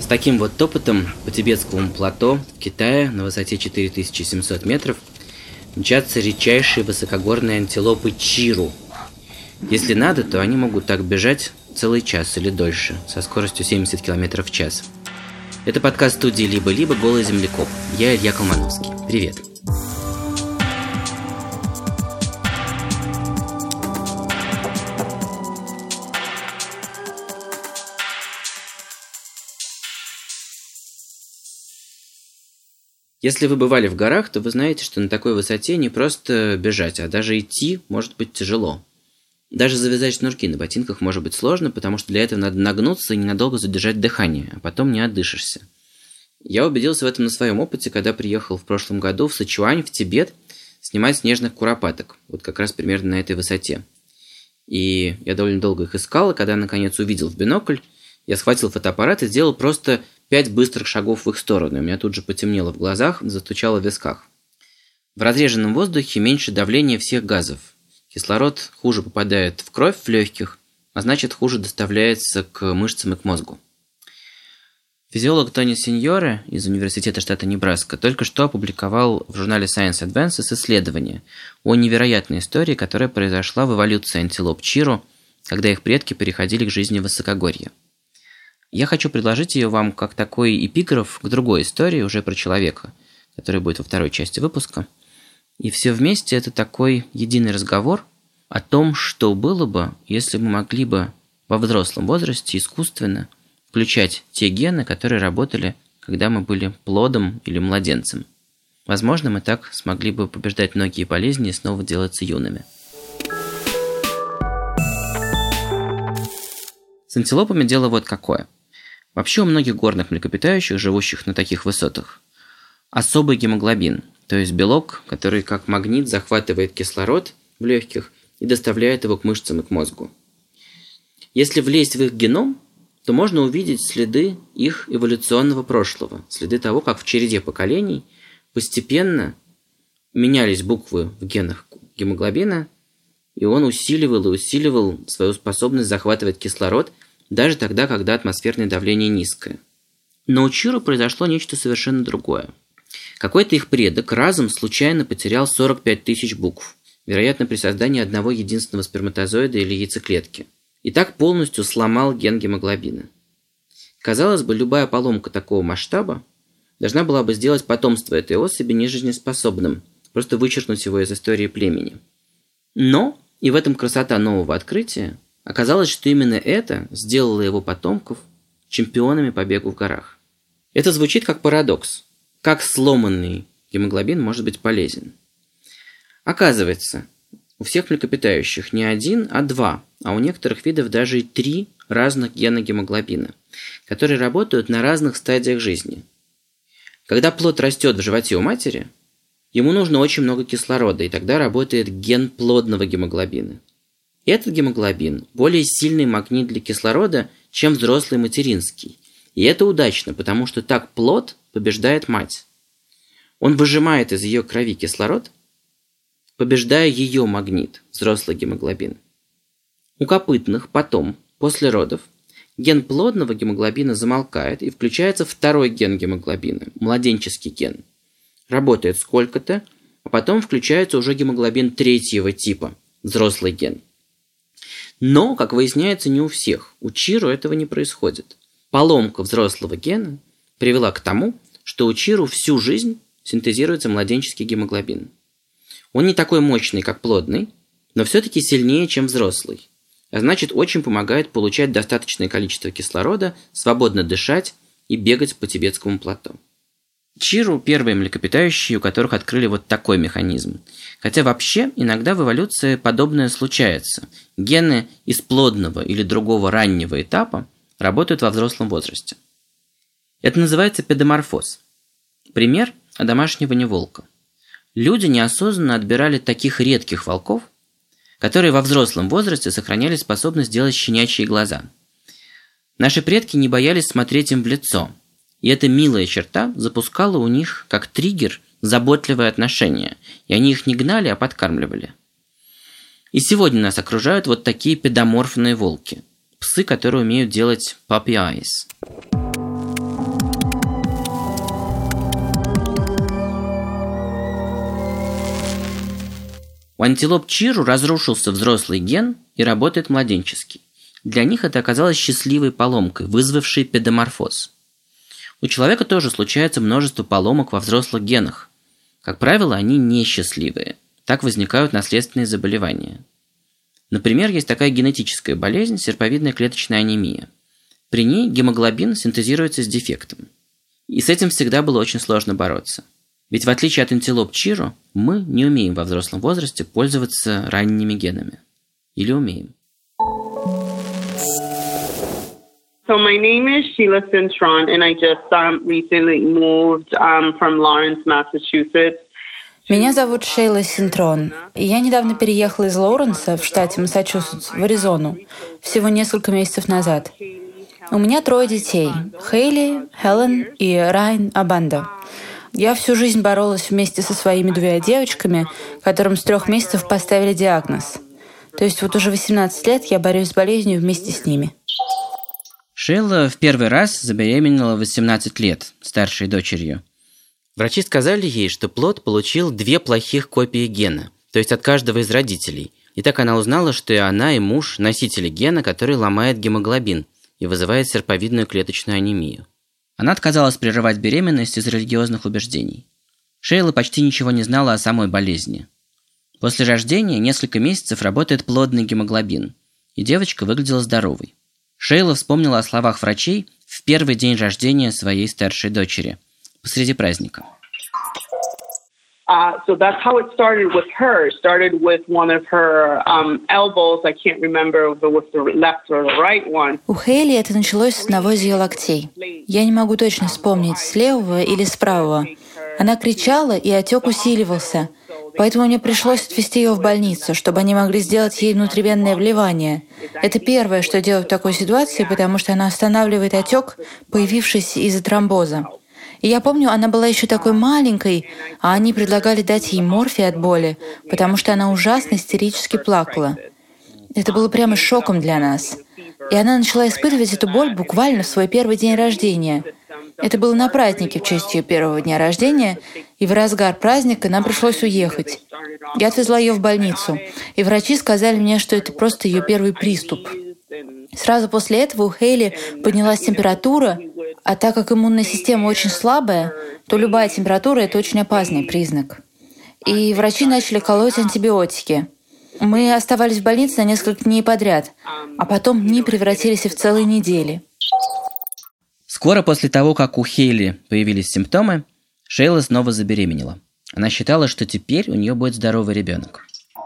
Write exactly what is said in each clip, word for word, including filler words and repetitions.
таким вот топотом по тибетскому плато в Китае на высоте четыре тысячи семьсот метров мчатся редчайшие высокогорные антилопы чиру. Если надо, то они могут так бежать целый час или дольше, со скоростью семьдесят километров в час. Это подкаст студии «Либо-либо. Голый землекоп». Я Илья Колмановский. Привет. Если вы бывали в горах, то вы знаете, что на такой высоте не просто бежать, а даже идти может быть тяжело. Даже завязать шнурки на ботинках может быть сложно, потому что для этого надо нагнуться и ненадолго задержать дыхание, а потом не отдышишься. Я убедился в этом на своем опыте, когда приехал в прошлом году в Сычуань, в Тибет, снимать снежных куропаток, вот как раз примерно на этой высоте. И я довольно долго их искал, и когда наконец увидел в бинокль, я схватил фотоаппарат и сделал просто пять быстрых шагов в их сторону. У меня тут же потемнело в глазах, застучало в висках. В разреженном воздухе меньше давления всех газов. Кислород хуже попадает в кровь, в легких, а значит хуже доставляется к мышцам и к мозгу. Физиолог Тони Синьоре из Университета штата Небраска только что опубликовал в журнале Science Advances исследование о невероятной истории, которая произошла в эволюции антилоп чиру, когда их предки переходили к жизни в высокогорье. Я хочу предложить ее вам как такой эпиграф к другой истории, уже про человека, которая будет во второй части выпуска. И все вместе это такой единый разговор о том, что было бы, если мы могли бы во взрослом возрасте искусственно включать те гены, которые работали, когда мы были плодом или младенцем. Возможно, мы так смогли бы побеждать многие болезни и снова делаться юными. С антилопами дело вот какое. Вообще у многих горных млекопитающих, живущих на таких высотах, особый гемоглобин, то есть белок, который как магнит захватывает кислород в легких и доставляет его к мышцам и к мозгу. Если влезть в их геном, то можно увидеть следы их эволюционного прошлого, следы того, как в череде поколений постепенно менялись буквы в генах гемоглобина, и он усиливал и усиливал свою способность захватывать кислород даже тогда, когда атмосферное давление низкое. Но у чиру произошло нечто совершенно другое. Какой-то их предок разом случайно потерял сорок пять тысяч букв, вероятно, при создании одного единственного сперматозоида или яйцеклетки, и так полностью сломал ген гемоглобина. Казалось бы, любая поломка такого масштаба должна была бы сделать потомство этой особи нежизнеспособным, просто вычеркнуть его из истории племени. Но, и в этом красота нового открытия, оказалось, что именно это сделало его потомков чемпионами по бегу в горах. Это звучит как парадокс. Как сломанный гемоглобин может быть полезен? Оказывается, у всех млекопитающих не один, а два, а у некоторых видов даже и три разных гена гемоглобина, которые работают на разных стадиях жизни. Когда плод растет в животе у матери, ему нужно очень много кислорода, и тогда работает ген плодного гемоглобина. Этот гемоглобин – более сильный магнит для кислорода, чем взрослый материнский. И это удачно, потому что так плод побеждает мать. Он выжимает из ее крови кислород, побеждая ее магнит, взрослый гемоглобин. У копытных потом, после родов, ген плодного гемоглобина замолкает, и включается второй ген гемоглобина, младенческий ген. Работает сколько-то, а потом включается уже гемоглобин третьего типа, взрослый ген. Но, как выясняется, не у всех. У чиру этого не происходит. Поломка взрослого гена привела к тому, что у чиру всю жизнь синтезируется младенческий гемоглобин. Он не такой мощный, как плодный, но все-таки сильнее, чем взрослый. А значит, очень помогает получать достаточное количество кислорода, свободно дышать и бегать по тибетскому плато. Чиру – первые млекопитающие, у которых открыли вот такой механизм. Хотя вообще иногда в эволюции подобное случается. Гены из плодного или другого раннего этапа работают во взрослом возрасте. Это называется педоморфоз. Пример – одомашнивание волка. Люди неосознанно отбирали таких редких волков, которые во взрослом возрасте сохраняли способность делать щенячьи глаза. Наши предки не боялись смотреть им в лицо. И эта милая черта запускала у них, как триггер, заботливое отношение, и они их не гнали, а подкармливали. И сегодня нас окружают вот такие педоморфные волки, псы, которые умеют делать puppy eyes. У антилоп Чиру разрушился взрослый ген и работает младенческий. Для них это оказалось счастливой поломкой, вызвавшей педоморфоз. У человека тоже случается множество поломок во взрослых генах. Как правило, они несчастливые. Так возникают наследственные заболевания. Например, есть такая генетическая болезнь – серповидная клеточная анемия. При ней гемоглобин синтезируется с дефектом. И с этим всегда было очень сложно бороться. Ведь в отличие от антилоп Чиру, мы не умеем во взрослом возрасте пользоваться ранними генами. Или умеем? So my name is Sheila Cintron, and I just um, recently moved um, from Lawrence, Massachusetts. Меня зовут Шейла Синтрон, и я недавно переехала из Лоуренса в штате Массачусетс в Аризону, всего несколько месяцев назад. У меня трое детей – Хейли, Хелен и Райан Абанда. Я всю жизнь боролась вместе со своими двумя девочками, которым с трех месяцев поставили диагноз. То есть вот уже восемнадцать лет я борюсь с болезнью вместе с ними. Шейла в первый раз забеременела в восемнадцать лет старшей дочерью. Врачи сказали ей, что плод получил две плохих копии гена, то есть от каждого из родителей. И так она узнала, что и она, и муж – носители гена, который ломает гемоглобин и вызывает серповидную клеточную анемию. Она отказалась прерывать беременность из религиозных убеждений. Шейла почти ничего не знала о самой болезни. После рождения несколько месяцев работает плодный гемоглобин, и девочка выглядела здоровой. Шейла вспомнила о словах врачей в первый день рождения своей старшей дочери, посреди праздника. Uh, so that's how it started with her. It started with one of her um, elbows. I can't remember if it was the left or the right one. У Хейли это началось с одного из ее локтей. Я не могу точно вспомнить, с левого или с правого. Она кричала, и отек усиливался. Поэтому мне пришлось отвезти ее в больницу, чтобы они могли сделать ей внутривенное вливание. Это первое, что делают в такой ситуации, потому что она останавливает отек, появившийся из-за тромбоза. И я помню, она была еще такой маленькой, а они предлагали дать ей морфий от боли, потому что она ужасно истерически плакала. Это было прямо шоком для нас. И она начала испытывать эту боль буквально в свой первый день рождения. Это было на празднике в честь ее первого дня рождения, и в разгар праздника нам пришлось уехать. Я отвезла ее в больницу, и врачи сказали мне, что это просто ее первый приступ. Сразу после этого у Хейли поднялась температура, а так как иммунная система очень слабая, то любая температура – это очень опасный признак. И врачи начали колоть антибиотики. Мы оставались в больнице на несколько дней подряд, а потом дни превратились в целые недели. Скоро после того, как у Хейли появились симптомы, Шейла снова забеременела. Она считала, что теперь у нее будет здоровый ребенок.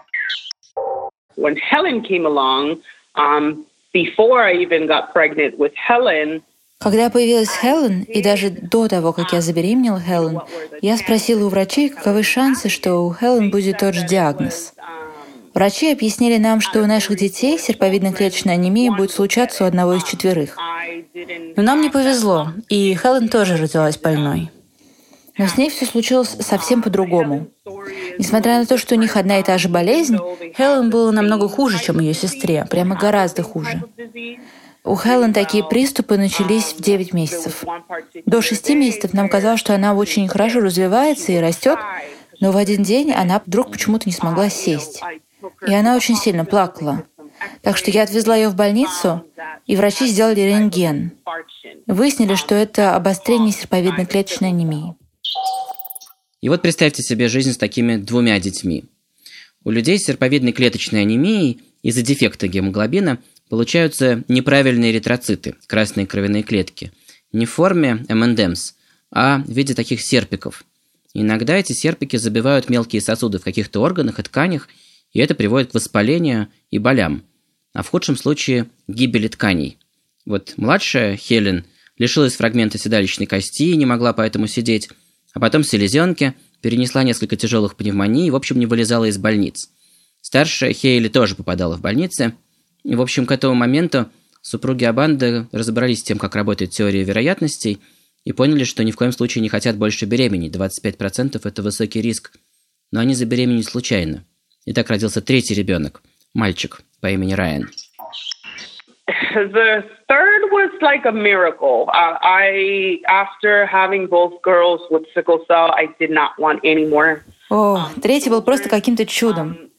When Helen came along, um, before I even got pregnant with Helen, Когда появилась Хелен, и даже до того, как я забеременела Хелен, я спросила у врачей, каковы шансы, что у Хелен будет тот же диагноз. Врачи объяснили нам, что у наших детей серповидная клеточная анемия будет случаться у одного из четверых. Но нам не повезло, и Хелен тоже родилась больной. Но с ней все случилось совсем по-другому. Несмотря на то, что у них одна и та же болезнь, Хелен было намного хуже, чем ее сестре, прямо гораздо хуже. У Хелен такие приступы начались в девять месяцев. До шести месяцев нам казалось, что она очень хорошо развивается и растет, но в один день она вдруг почему-то не смогла сесть. И она очень сильно плакала. Так что я отвезла ее в больницу, и врачи сделали рентген. Выяснили, что это обострение серповидной клеточной анемии. И вот представьте себе жизнь с такими двумя детьми. У людей с серповидной клеточной анемией из-за дефекта гемоглобина получаются неправильные эритроциты, красные кровяные клетки, не в форме эм энд эмс, а в виде таких серпиков. Иногда эти серпики забивают мелкие сосуды в каких-то органах и тканях, и это приводит к воспалению и болям, а в худшем случае гибели тканей. Вот младшая Хелен лишилась фрагмента седалищной кости и не могла поэтому сидеть, а потом селезенки, перенесла несколько тяжелых пневмоний и, в общем, не вылезала из больниц. Старшая Хейли тоже попадала в больницы, и, в общем, к этому моменту супруги Абанда разобрались с тем, как работает теория вероятностей, и поняли, что ни в коем случае не хотят больше беременеть. двадцать пять процентов – это высокий риск. Но они забеременели случайно. И так родился третий ребенок, мальчик по имени Райан. The third was like a miracle. Uh, I, after having both girls with sickle cell, I did not want any more. О, третий был просто каким-то чудом.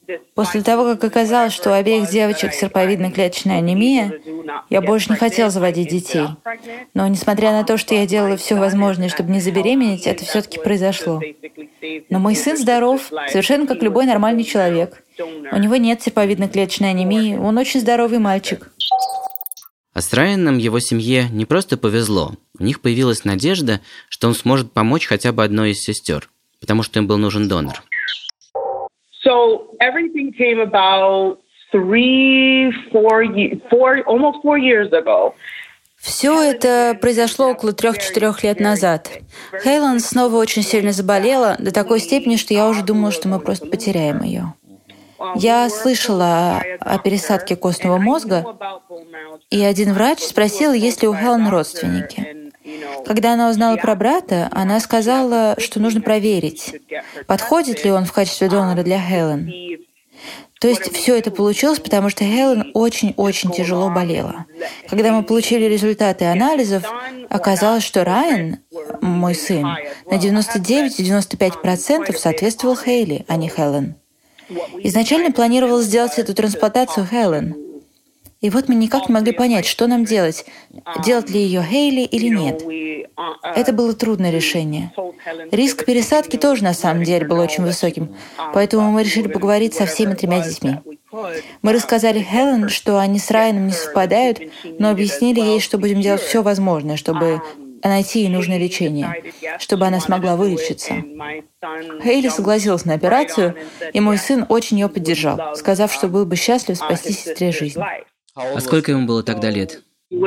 После того, как оказалось, что у обеих девочек серповидно-клеточная анемия, я больше не хотела заводить детей. Но несмотря на то, что я делала все возможное, чтобы не забеременеть, это все-таки произошло. Но мой сын здоров, совершенно как любой нормальный человек. У него нет серповидно-клеточной анемии, он очень здоровый мальчик. А с Райаном его семье не просто повезло. У них появилась надежда, что он сможет помочь хотя бы одной из сестер, потому что им был нужен донор. So everything came about three, four, four, almost four years ago. Все это произошло около трех-четырех лет назад. Хейлен снова очень сильно заболела, до такой степени, что я уже думала, что мы просто потеряем ее. Я слышала о пересадке костного мозга, и один врач спросил, есть ли у Хелен родственники. Когда она узнала про брата, она сказала, что нужно проверить, подходит ли он в качестве донора для Хелен. То есть все это получилось, потому что Хелен очень-очень тяжело болела. Когда мы получили результаты анализов, оказалось, что Райан, мой сын, на девяносто девять - девяносто пять процентов соответствовал Хейли, а не Хелен. Изначально планировалось сделать эту трансплантацию Хелен. И вот мы никак не могли понять, что нам делать, делать ли ее Хейли или нет. Это было трудное решение. Риск пересадки тоже на самом деле был очень высоким, поэтому мы решили поговорить со всеми тремя детьми. Мы рассказали Хелен, что они с Райаном не совпадают, но объяснили ей, что будем делать все возможное, чтобы найти ей нужное лечение, чтобы она смогла вылечиться. Хейли согласилась на операцию, и мой сын очень ее поддержал, сказав, что был бы счастлив спасти сестре жизнь. А сколько ему было тогда лет?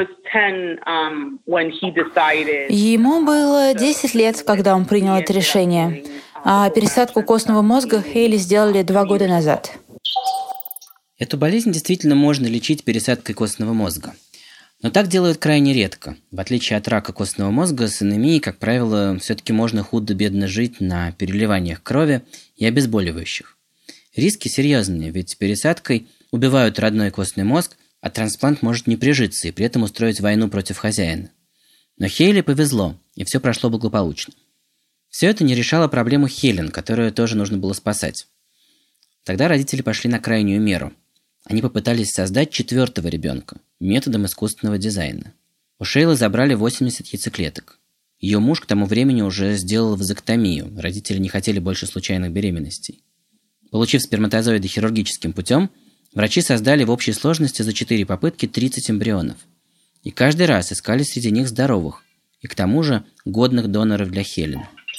Ему было десять лет, когда он принял это решение, а пересадку костного мозга Хейли сделали два года назад. Эту болезнь действительно можно лечить пересадкой костного мозга. Но так делают крайне редко. В отличие от рака костного мозга, с анемией, как правило, все-таки можно худо-бедно жить на переливаниях крови и обезболивающих. Риски серьезные, ведь пересадкой убивают родной костный мозг, а трансплант может не прижиться и при этом устроить войну против хозяина. Но Хейли повезло, и все прошло благополучно. Все это не решало проблему Хелен, которую тоже нужно было спасать. Тогда родители пошли на крайнюю меру. Они попытались создать четвертого ребенка методом искусственного дизайна. У Шейлы забрали восемьдесят яйцеклеток. Ее муж к тому времени уже сделал вазэктомию, родители не хотели больше случайных беременностей. Получив сперматозоиды хирургическим путем, врачи создали в общей сложности за четыре попытки тридцать эмбрионов. И каждый раз искали среди них здоровых, и к тому же годных доноров для Хелен.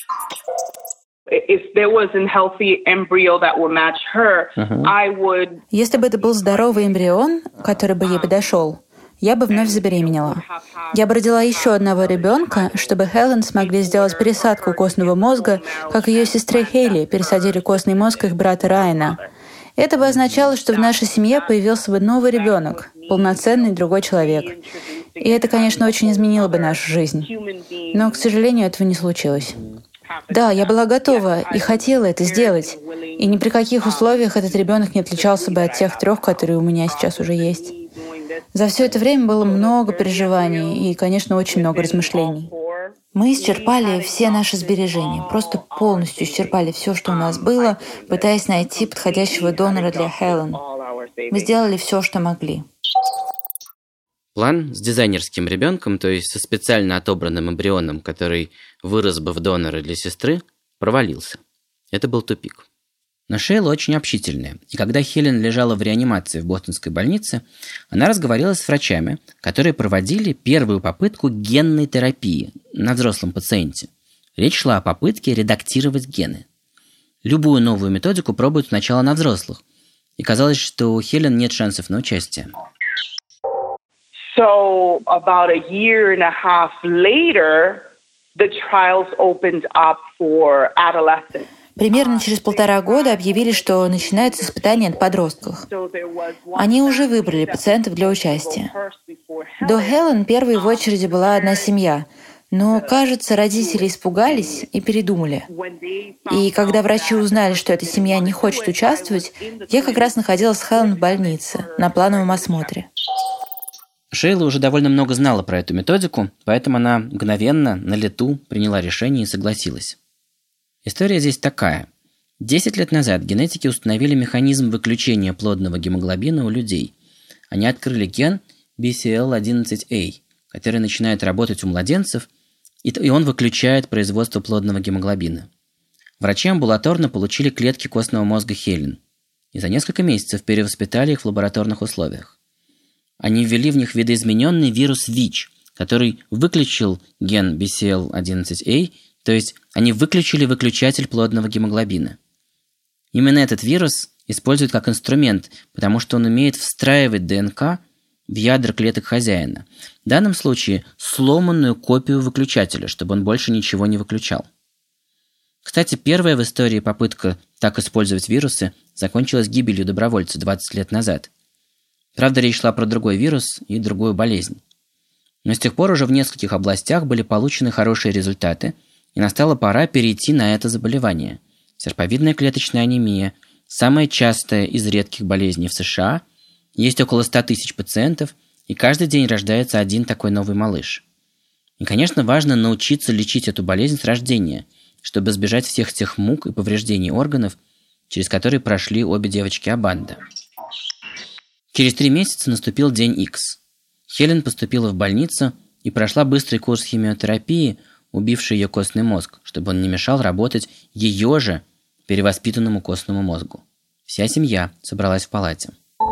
Если бы это был здоровый эмбрион, который бы ей подошел, я бы вновь забеременела. Я бы родила еще одного ребенка, чтобы Хелен смогли сделать пересадку костного мозга, как ее сестре Хейли пересадили костный мозг их брата Райана. Это бы означало, что в нашей семье появился бы новый ребенок, полноценный другой человек. И это, конечно, очень изменило бы нашу жизнь. Но, к сожалению, этого не случилось. Да, я была готова и хотела это сделать. И ни при каких условиях этот ребенок не отличался бы от тех трех, которые у меня сейчас уже есть. За все это время было много переживаний и, конечно, очень много размышлений. Мы исчерпали все наши сбережения, просто полностью исчерпали все, что у нас было, пытаясь найти подходящего донора для Хелен. Мы сделали все, что могли. План с дизайнерским ребенком, то есть со специально отобранным эмбрионом, который вырос бы в донора для сестры, провалился. Это был тупик. Но Шейла очень общительная, и когда Хелен лежала в реанимации в бостонской больнице, она разговаривала с врачами, которые проводили первую попытку генной терапии на взрослом пациенте. Речь шла о попытке редактировать гены. Любую новую методику пробуют сначала на взрослых, и казалось, что у Хелен нет шансов на участие. So about a year and a half later, the trials opened up for adolescents. Примерно через полтора года объявили, что начинаются испытания над подростках. Они уже выбрали пациентов для участия. До Хелен первой в очереди была одна семья, но, кажется, родители испугались и передумали. И когда врачи узнали, что эта семья не хочет участвовать, я как раз находилась с Хелен в больнице на плановом осмотре. Шейла уже довольно много знала про эту методику, поэтому она мгновенно, на лету, приняла решение и согласилась. История здесь такая. Десять лет назад генетики установили механизм выключения плодного гемоглобина у людей. Они открыли ген би си эл одиннадцать эй, который начинает работать у младенцев, и он выключает производство плодного гемоглобина. Врачи амбулаторно получили клетки костного мозга Хелен и за несколько месяцев перевоспитали их в лабораторных условиях. Они ввели в них видоизмененный вирус ВИЧ, который выключил ген би си эл одиннадцать эй, то есть они выключили выключатель плодного гемоглобина. Именно этот вирус используют как инструмент, потому что он умеет встраивать ДНК в ядра клеток хозяина. В данном случае сломанную копию выключателя, чтобы он больше ничего не выключал. Кстати, первая в истории попытка так использовать вирусы закончилась гибелью добровольца двадцать лет назад. Правда, речь шла про другой вирус и другую болезнь. Но с тех пор уже в нескольких областях были получены хорошие результаты, и настала пора перейти на это заболевание. Серповидная клеточная анемия – самая частая из редких болезней в США, есть около ста тысяч пациентов, и каждый день рождается один такой новый малыш. И, конечно, важно научиться лечить эту болезнь с рождения, чтобы избежать всех тех мук и повреждений органов, через которые прошли обе девочки Абанда. Через три месяца наступил день Икс. Хелен поступила в больницу и прошла быстрый курс химиотерапии, убивший ее костный мозг, чтобы он не мешал работать ее же перевоспитанному костному мозгу. Вся семья собралась в палате.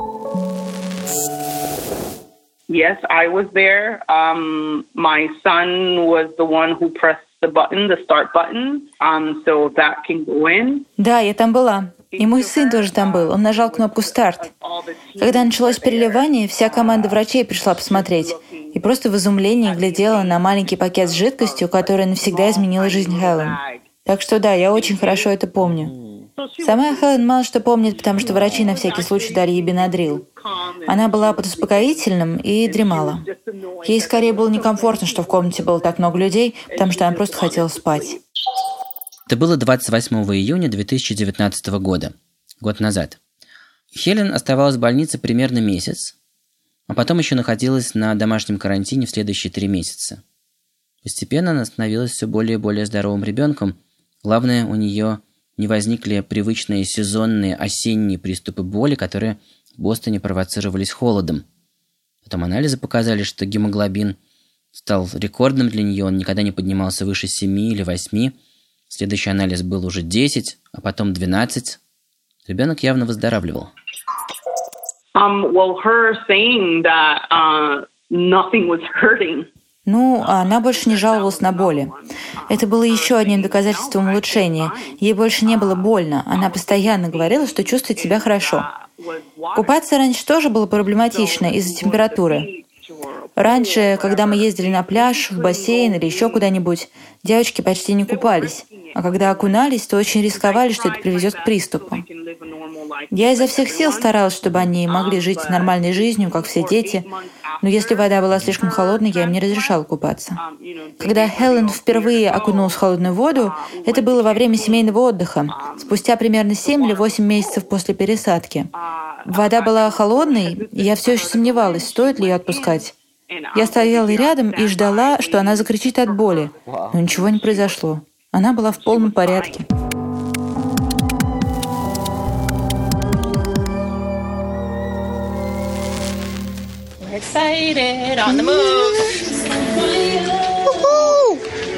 Yes, I was there. Um, my son was the one who pressed the button, the start button, um, so that can go in. Да, я там была. И мой сын тоже там был. Он нажал кнопку «Старт». Когда началось переливание, вся команда врачей пришла посмотреть и просто в изумлении глядела на маленький пакет с жидкостью, которая навсегда изменила жизнь Хелен. Так что да, я очень хорошо это помню. Сама Хелен мало что помнит, потому что врачи на всякий случай дали ей бенадрил. Она была под успокоительным и дремала. Ей скорее было некомфортно, что в комнате было так много людей, потому что она просто хотела спать. Это было двадцать восьмого июня две тысячи девятнадцатого года, год назад. Хелен оставалась в больнице примерно месяц, а потом еще находилась на домашнем карантине в следующие три месяца. Постепенно она становилась все более и более здоровым ребенком. Главное, у нее не возникли привычные сезонные осенние приступы боли, которые в Бостоне провоцировались холодом. Потом анализы показали, что гемоглобин стал рекордным для нее, он никогда не поднимался выше семи или восьми. Следующий анализ был уже десять, а потом двенадцать. Ребенок явно выздоравливал. Um, well, her saying that uh, nothing was hurting. Ну, а она больше не жаловалась на боли. Это было еще одним доказательством улучшения. Ей больше не было больно. Она постоянно говорила, что чувствует себя хорошо. Купаться раньше тоже было проблематично из-за температуры. Раньше, когда мы ездили на пляж, в бассейн или еще куда-нибудь, девочки почти не купались. А когда окунались, то очень рисковали, что это приведет к приступу. Я изо всех сил старалась, чтобы они могли жить нормальной жизнью, как все дети, но если вода была слишком холодной, я им не разрешала купаться. Когда Хелен впервые окунулась в холодную воду, это было во время семейного отдыха, спустя примерно семь или восемь месяцев после пересадки. Вода была холодной, и я все еще сомневалась, стоит ли ее отпускать. Я стояла рядом и ждала, что она закричит от боли, но ничего не произошло. Она была в полном порядке. Excited, on the move. Woohoo!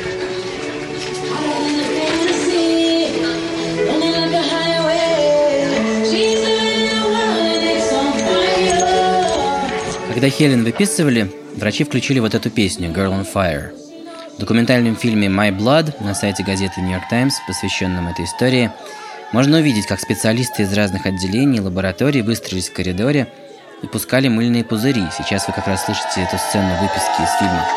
Когда Хелен выписывали, врачи включили вот эту песню «Girl on Fire». В документальном фильме «My Blood» на сайте газеты «New York Times», посвященном этой истории, можно увидеть, как специалисты из разных отделений и лабораторий выстроились в коридоре и пускали мыльные пузыри. Сейчас вы как раз слышите эту сцену выписки из фильма.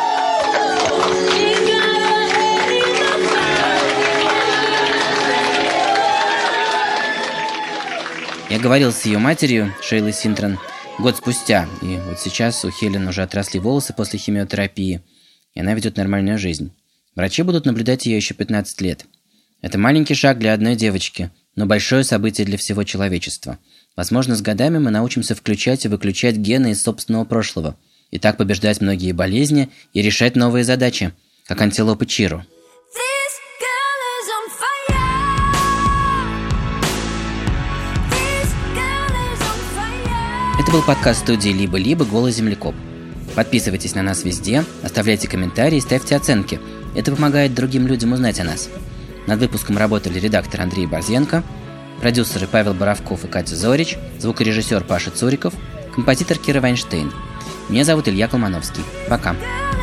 Я говорил с ее матерью, Шейлой Синтрон, год спустя, и вот сейчас у Хелен уже отросли волосы после химиотерапии, и она ведет нормальную жизнь. Врачи будут наблюдать ее еще пятнадцать лет. Это маленький шаг для одной девочки, но большое событие для всего человечества. Возможно, с годами мы научимся включать и выключать гены из собственного прошлого, и так побеждать многие болезни и решать новые задачи, как антилопы Чиру. Это был подкаст студии «Либо-либо. Голый землекоп». Подписывайтесь на нас везде, оставляйте комментарии и ставьте оценки. Это помогает другим людям узнать о нас. Над выпуском работали редактор Андрей Борзенко, продюсеры Павел Боровков и Катя Зорич, звукорежиссер Паша Цуриков, композитор Кира Вайнштейн. Меня зовут Илья Колмановский. Пока.